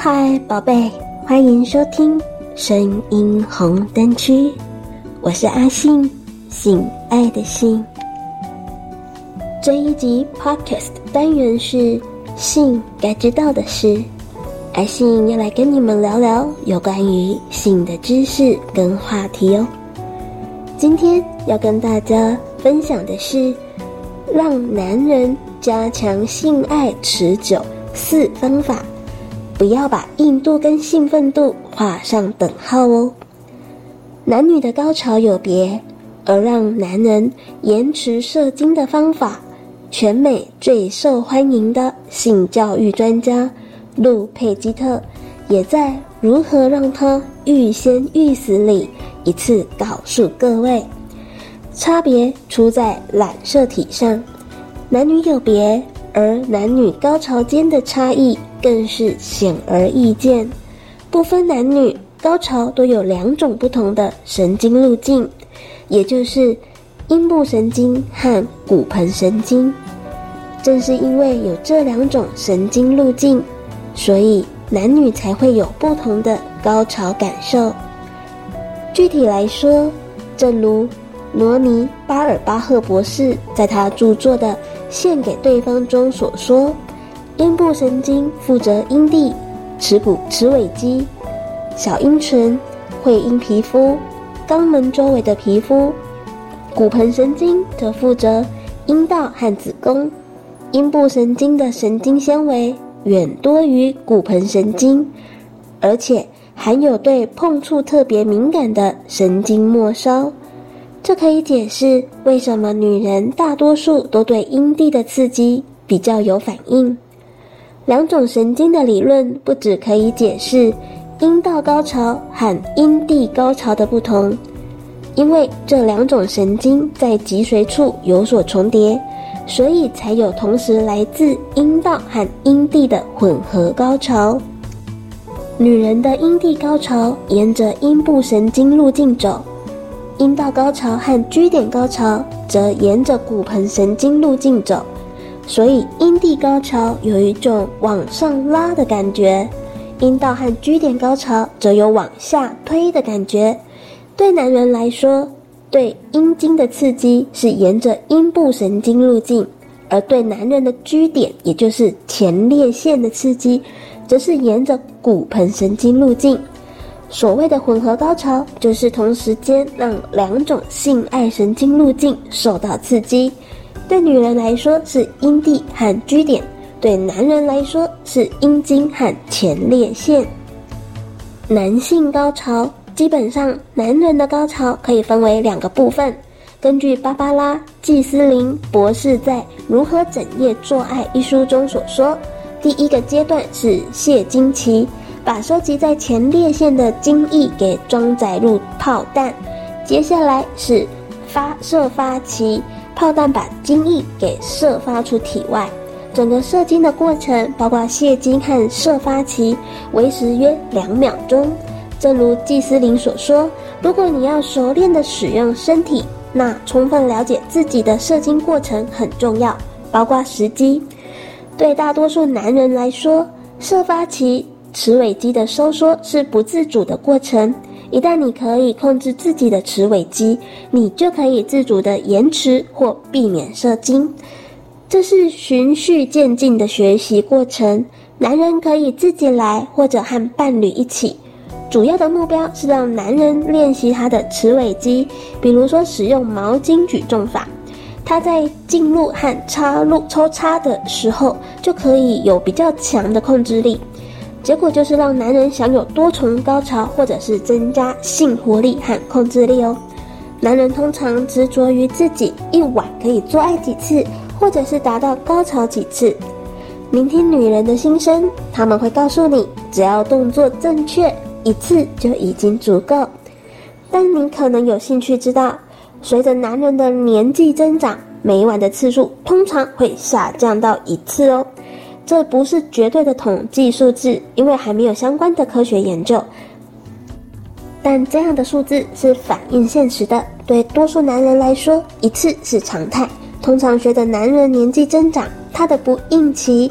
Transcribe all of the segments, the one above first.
嗨，宝贝，欢迎收听声音红灯区，我是阿信，性爱的性。这一集 Podcast 单元是性该知道的事，阿信要来跟你们聊聊有关于性的知识跟话题哦。今天要跟大家分享的是让男人加强性爱持久4方法，不要把硬度跟兴奋度画上等号哦。男女的高潮有别，而让男人延迟射精的方法，全美最受欢迎的性教育专家路佩基特也在如何让他欲仙欲死里一次告诉各位，差别出在染色体上，男女有别，而男女高潮间的差异更是显而易见。不分男女，高潮都有2种不同的神经路径，也就是阴部神经和骨盆神经。正是因为有这2种神经路径，所以男女才会有不同的高潮感受。具体来说，正如罗尼·巴尔巴赫博士在他著作的《献给对方》中所说，阴部神经负责阴蒂、耻骨、耻尾肌、小阴唇、会阴皮肤、肛门周围的皮肤，骨盆神经则负责阴道和子宫。阴部神经的神经纤维远多于骨盆神经，而且含有对碰触特别敏感的神经末梢。这可以解释为什么女人大多数都对阴蒂的刺激比较有反应。2种神经的理论不只可以解释阴道高潮和阴蒂高潮的不同，因为这2种神经在脊髓处有所重叠，所以才有同时来自阴道和阴蒂的混合高潮。女人的阴蒂高潮沿着阴部神经路径走，阴道高潮和 G 点高潮则沿着骨盆神经路径走，所以阴蒂高潮有一种往上拉的感觉，阴道和 G 点高潮则有往下推的感觉。对男人来说，对阴茎的刺激是沿着阴部神经路径，而对男人的 G 点，也就是前列腺的刺激，则是沿着骨盆神经路径。所谓的混合高潮，就是同时间让2种性爱神经路径受到刺激。对女人来说是阴蒂和 G 点，对男人来说是阴茎和前列腺。男性高潮基本上，男人的高潮可以分为2个部分。根据芭芭拉·季斯林博士在《如何整夜做爱》一书中所说，第一个阶段是泄精期，把收集在前列腺的精液给装载入炮弹。接下来是射发期，炮弹把精液给射发出体外。整个射精的过程，包括泄精和射发期，维持约2秒钟。正如季斯林所说，如果你要熟练地使用身体，那充分了解自己的射精过程很重要，包括时机。对大多数男人来说，射发期耻尾肌的收缩是不自主的过程，一旦你可以控制自己的耻尾肌，你就可以自主地延迟或避免射精。这是循序渐进的学习过程，男人可以自己来或者和伴侣一起。主要的目标是让男人练习他的耻尾肌，比如说使用毛巾举重法，他在进入和抽插的时候就可以有比较强的控制力。结果就是让男人享有多重高潮，或者是增加性活力和控制力哦。男人通常执着于自己一晚可以做爱几次，或者是达到高潮几次。聆听女人的心声，他们会告诉你，只要动作正确，1次就已经足够。但你可能有兴趣知道，随着男人的年纪增长，每晚的次数通常会下降到1次哦。这不是绝对的统计数字，因为还没有相关的科学研究。但这样的数字是反映现实的，对多数男人来说，1次是常态。通常随着男人年纪增长，他的不孕期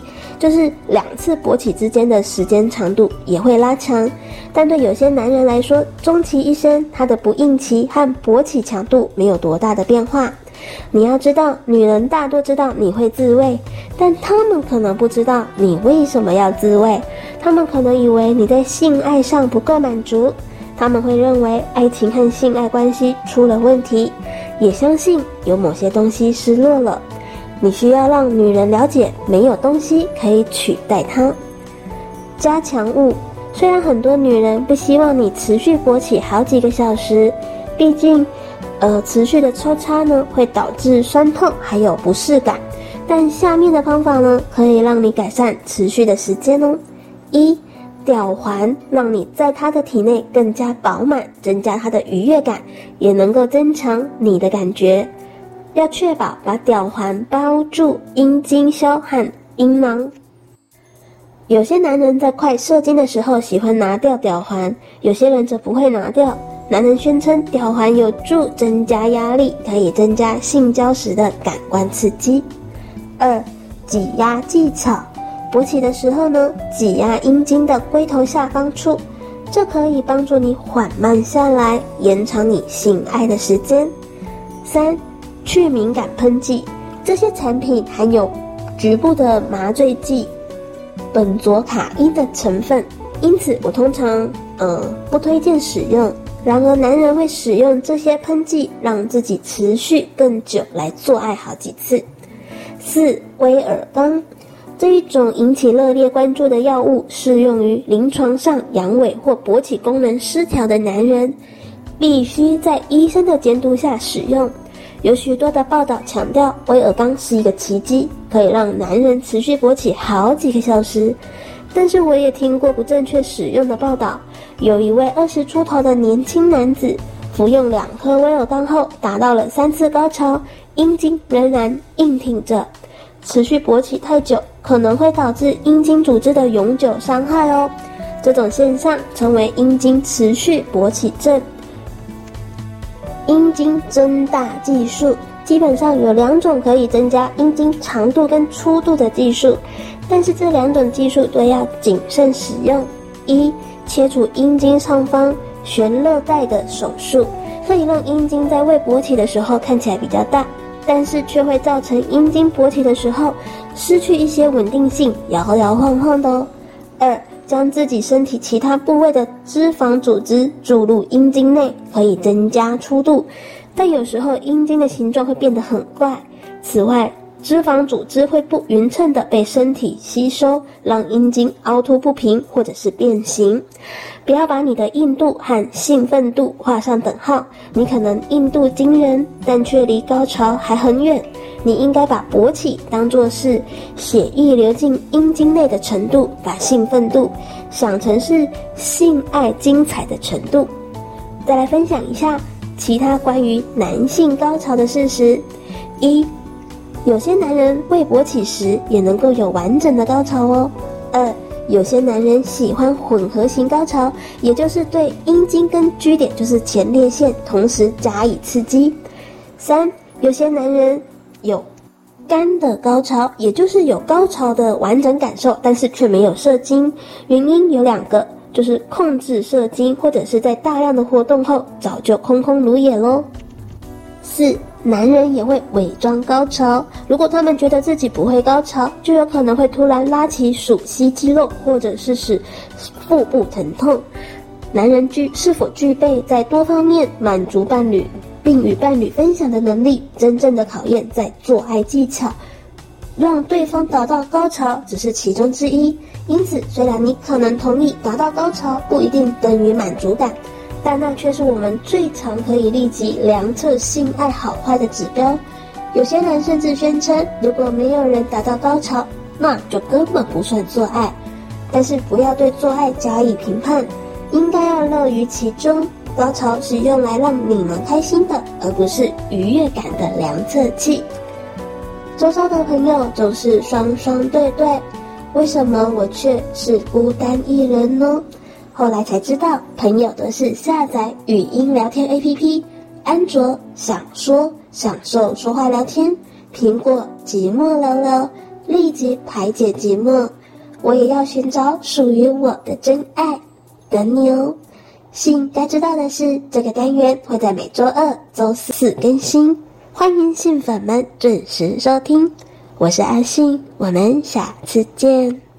就是2次勃起之间的时间长度也会拉长，但对有些男人来说，终其一生，他的不孕期和勃起强度没有多大的变化。你要知道，女人大多知道你会自慰，但她们可能不知道你为什么要自慰，她们可能以为你在性爱上不够满足，他们会认为爱情和性爱关系出了问题，也相信有某些东西失落了。你需要让女人了解，没有东西可以取代它。加强物，虽然很多女人不希望你持续勃起好几个小时，毕竟持续的抽插呢会导致酸痛还有不适感，但下面的方法呢可以让你改善持续的时间哦。1. 吊环，让你在她的体内更加饱满，增加她的愉悦感，也能够增强你的感觉。要确保把吊环包住阴茎销和阴囊。有些男人在快射精的时候喜欢拿掉吊环，有些人则不会拿掉。男人宣称吊环有助增加压力，可以增加性交时的感官刺激。2. 挤压技巧，勃起的时候呢，挤压阴茎的龟头下方处，这可以帮助你缓慢下来，延长你性爱的时间。3. 去敏感喷剂，这些产品含有局部的麻醉剂苯佐卡因的成分，因此我通常不推荐使用。然而男人会使用这些喷剂让自己持续更久来做爱好几次。4. 威尔刚，这一种引起热烈关注的药物适用于临床上阳痿或勃起功能失调的男人，必须在医生的监督下使用。有许多的报道强调威尔刚是一个奇迹，可以让男人持续勃起好几个小时。但是我也听过不正确使用的报道，有一位20出头的年轻男子服用2颗威尔刚后达到了3次高潮，阴茎仍然硬挺着。持续勃起太久可能会导致阴茎组织的永久伤害哦，这种现象称为阴茎持续勃起症。阴茎增大技术，基本上有2种可以增加阴茎长度跟粗度的技术，但是这2种技术都要谨慎使用。1. 切除阴茎上方悬勒带的手术，可以让阴茎在未勃起的时候看起来比较大，但是却会造成阴茎勃起的时候失去一些稳定性，摇摇晃晃的哦。2. 将自己身体其他部位的脂肪组织注入阴茎内，可以增加粗度，但有时候阴茎的形状会变得很怪。此外，脂肪组织会不匀称地被身体吸收，让阴茎凹凸不平或者是变形。不要把你的硬度和兴奋度画上等号，你可能硬度惊人，但却离高潮还很远。你应该把勃起当作是血液流进阴茎内的程度，把兴奋度想成是性爱精彩的程度。再来分享一下其他关于男性高潮的事实。1. 有些男人未勃起时也能够有完整的高潮哦。2. 有些男人喜欢混合型高潮，也就是对阴茎跟 G 点，就是前列腺同时加以刺激。3. 有些男人有干的高潮，也就是有高潮的完整感受，但是却没有射精。原因有2个，就是控制射精，或者是在大量的活动后早就空空如也咯。4. 男人也会伪装高潮，如果他们觉得自己不会高潮，就有可能会突然拉起属膝肌肉，或者是使腹部疼痛。男人是否具备在多方面满足伴侣并与伴侣分享的能力，真正的考验在做爱技巧，让对方达到高潮只是其中之一。因此，虽然你可能同意达到高潮不一定等于满足感，但那却是我们最常可以立即量测性爱好坏的指标。有些人甚至宣称，如果没有人达到高潮，那就根本不算做爱。但是不要对做爱加以评判，应该要乐于其中。高潮是用来让你们开心的，而不是愉悦感的量测器。周遭的朋友总是双双对对，为什么我却是孤单一人呢？后来才知道，朋友都是下载语音聊天 APP， 安卓享受说话聊天，苹果寂寞聊聊， 立即排解寂寞，我也要寻找属于我的真爱，等你哦。信该知道的是，这个单元会在每周二、周四更新，欢迎信粉们准时收听。我是阿信，我们下次见。